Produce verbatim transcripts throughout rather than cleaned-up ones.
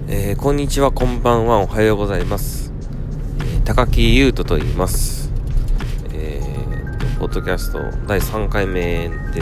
えー、こんにちは、こんばんは、おはようございます、えー、高木優斗と言います。えー、ポッドキャストだいさんかいめです。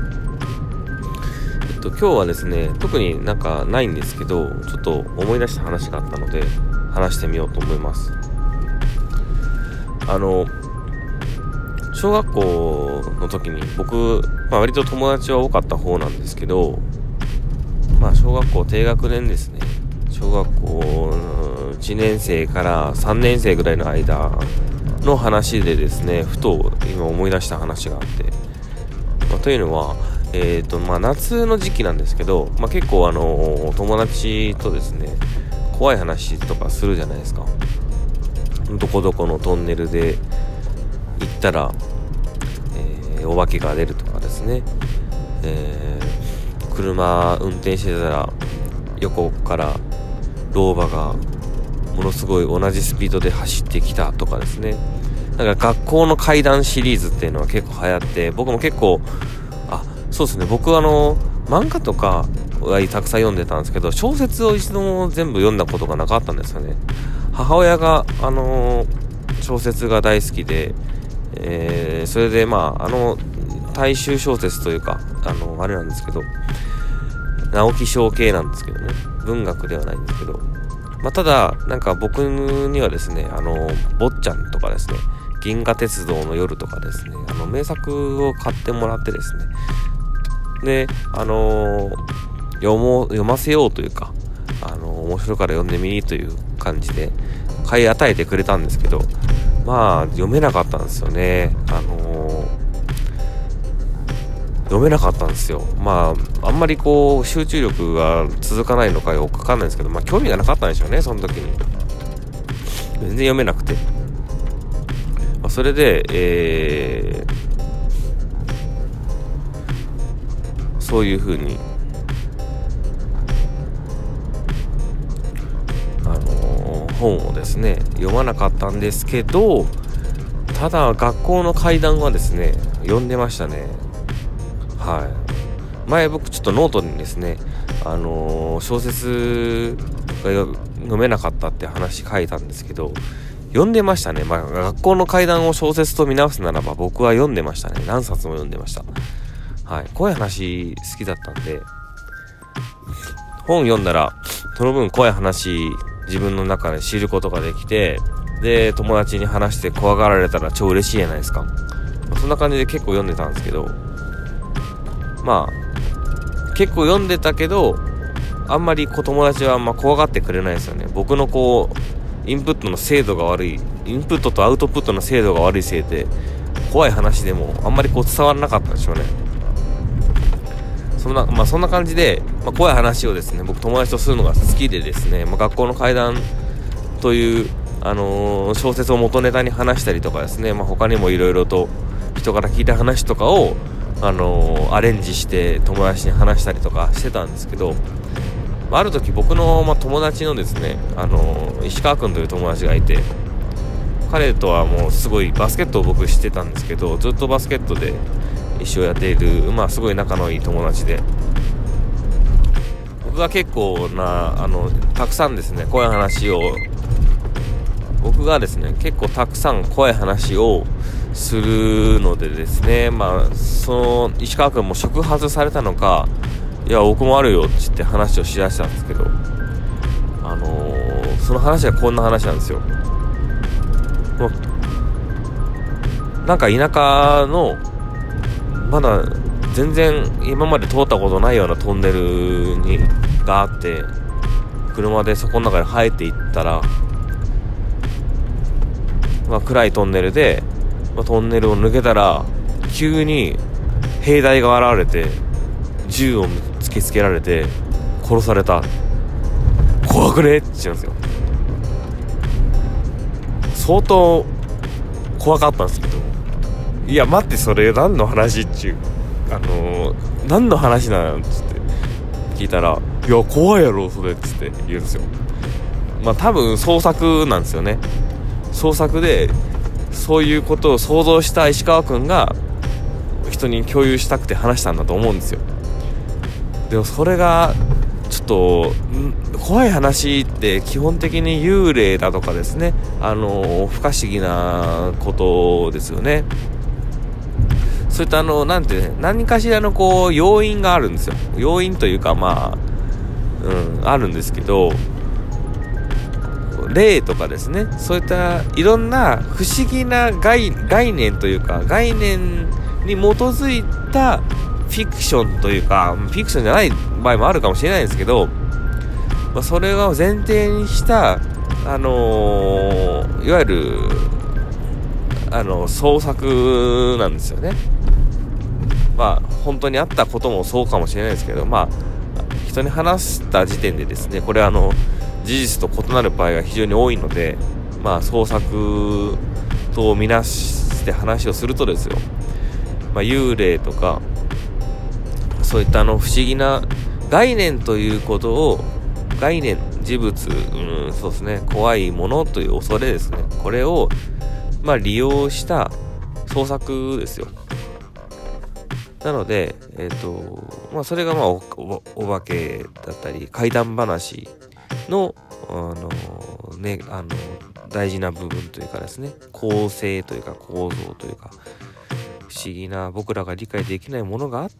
えっと今日はですね、特になんかないんですけど、ちょっと思い出した話があったので話してみようと思います。あの小学校の時に僕、まあ、割と友達は多かった方なんですけど、まあ小学校低学年ですね。小学校いちねん生からさんねん生ぐらいの間の話でですね、ふと今思い出した話があって、まあ、というのは、えーとまあ、夏の時期なんですけど、まあ、結構あの友達とですね、怖い話とかするじゃないですか。どこどこのトンネルで行ったら、えー、お化けが出るとかですね、えー、車運転してたら横から老婆がものすごい同じスピードで走ってきたとかですね。なんか学校の怪談シリーズっていうのは結構流行って、僕も結構あそうですね僕あの漫画とかはたくさん読んでたんですけど、小説を一度も全部読んだことがなかったんですよね。母親があの小説が大好きで、えー、それでまああの大衆小説というかあのあれなんですけど、直木賞系なんですけどね、文学ではないんですけど、まあ、ただなんか僕にはですね、あの坊ちゃんとかですね、銀河鉄道の夜とかですね、あの名作を買ってもらってですね、であの読もう読ませようというか、あの面白いから読んでみという感じで買い与えてくれたんですけど、まあ読めなかったんですよね。あの読めなかったんですよ。まああんまりこう集中力が続かないのかよくわかんないんですけど、まあ興味がなかったんでしょうね、その時に。全然読めなくて、まあ、それで、えー、そういう風にあのー、本をですね読まなかったんですけど、ただ学校の怪談はですね読んでましたね。はい、前僕ちょっとノートにですね、あのー、小説が読めなかったって話書いたんですけど、読んでましたね。まあ学校の怪談を小説と見直すならば僕は読んでましたね。何冊も読んでました。はい、怖い話好きだったんで、本読んだらその分怖い話自分の中で知ることができて、で友達に話して怖がられたら超嬉しいじゃないですか。そんな感じで結構読んでたんですけど、まあ結構読んでたけど、あんまりこう友達はあんま怖がってくれないですよね。僕のこうインプットの精度が悪い、インプットとアウトプットの精度が悪いせいで、怖い話でもあんまりこう伝わらなかったんでしょうね。そんなまあそんな感じで、まあ、怖い話をですね僕友達とするのが好きでですね、まあ、学校の怪談という、あのー、小説を元ネタに話したりとかですね、まあ、他にもいろいろと人から聞いた話とかをあのー、アレンジして友達に話したりとかしてたんですけど、まあ、ある時僕の、まあ、友達のですね、あのー、石川くんという友達がいて、彼とはもうすごいバスケットを僕してたんですけど、ずっとバスケットで一緒やっている、まあすごい仲のいい友達で、僕が結構なあのたくさんですね怖い話を僕がですね結構たくさん怖い話をするのでですね、まあその石川君も触発されたのか、いや僕もあるよって言って話をしだしたんですけど、あのー、その話はこんな話なんですよ。もうなんか田舎のまだ全然今まで通ったことないようなトンネルにがあって、車でそこの中に入っていったら、まあ、暗いトンネルで、まあ、トンネルを抜けたら急に兵隊が現れて銃を突きつけられて殺された、怖くねって言うんですよ。相当怖かったんですけど、いや待ってそれ何の話っちゅう、あのー、何の話なのっつって聞いたら、いや怖いやろそれっつって言うんですよ。まあ多分創作なんですよね。創作でそういうことを想像した石川くんが人に共有したくて話したんだと思うんですよ。でもそれがちょっと怖い話って基本的に幽霊だとかですね、あの不可思議なことですよね。そういったあのなんてね、何かしらのこう要因があるんですよ。要因というかまあ、うん、あるんですけど、霊とかですね、そういったいろんな不思議な 概, 概念というか概念に基づいたフィクションというか、フィクションじゃない場合もあるかもしれないですけど、まあ、それを前提にしたあのー、いわゆるあの創作なんですよね。まあ本当にあったこともそうかもしれないですけど、まあ人に話した時点でですね、これはあの事実と異なる場合が非常に多いので、まあ創作とみなして話をするとですよ、まあ、幽霊とかそういったあの不思議な概念ということを、概念、事物、うん、そうですね、怖いものという恐れですね、これをまあ利用した創作ですよ。なので、えーとまあ、それがまあ お, お, お化けだったり怪談話の、あのね、あの大事な部分というかですね、構成というか構造というか不思議な、僕らが理解できないものがあって、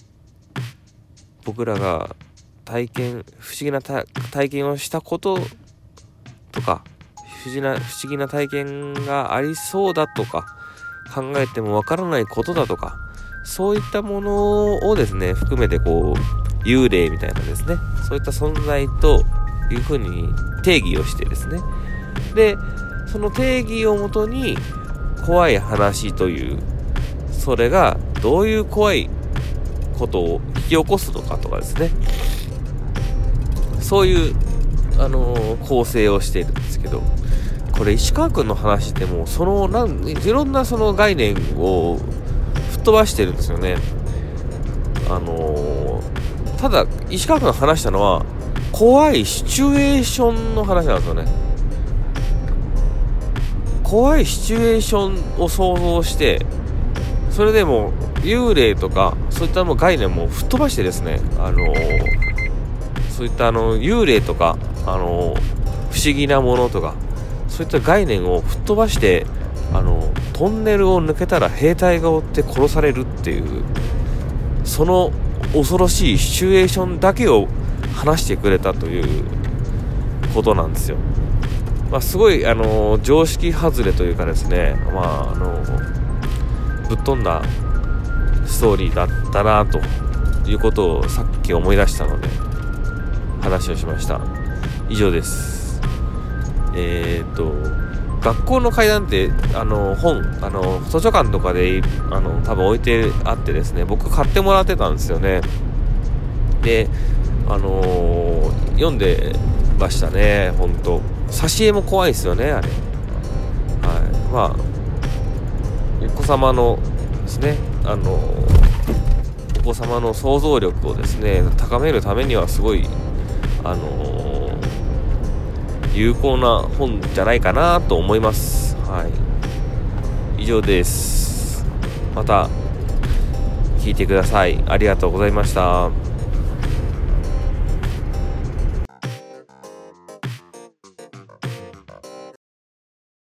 僕らが体験不思議な体験をしたこととか、不思議な不思議な体験がありそうだとか、考えてもわからないことだとか、そういったものをですね含めてこう幽霊みたいなですね、そういった存在というふうに定義をしてですね、でその定義をもとに怖い話という、それがどういう怖いことを引き起こすのかとかですね、そういう、あのー、構成をしているんですけど、これ石川くんの話でもそのなんいろんなその概念を吹っ飛ばしてるんですよね。あのー、ただ石川くんが話したのは怖いシチュエーションの話なんですよね。怖いシチュエーションを想像して、それでも幽霊とかそういったも概念も吹っ飛ばしてですね、あのー、そういったあの幽霊とか、あのー、不思議なものとかそういった概念を吹っ飛ばして、あのトンネルを抜けたら兵隊が追って殺されるっていう、その恐ろしいシチュエーションだけを話してくれたということなんですよ。まあ、すごいあの常識外れというかですね、まああのぶっ飛んだストーリーだったなということをさっき思い出したので話をしました。以上です。えー、っと学校の怪談ってあの本あの図書館とかであの多分置いてあってですね、僕買ってもらってたんですよね。であのー、読んでましたね。本当挿絵も怖いですよね、あれ。はい、まあお子様のですね、あのー、お子様の想像力をですね高めるためにはすごいあのー、有効な本じゃないかなと思います。はい、以上です。また聞いてください。ありがとうございました。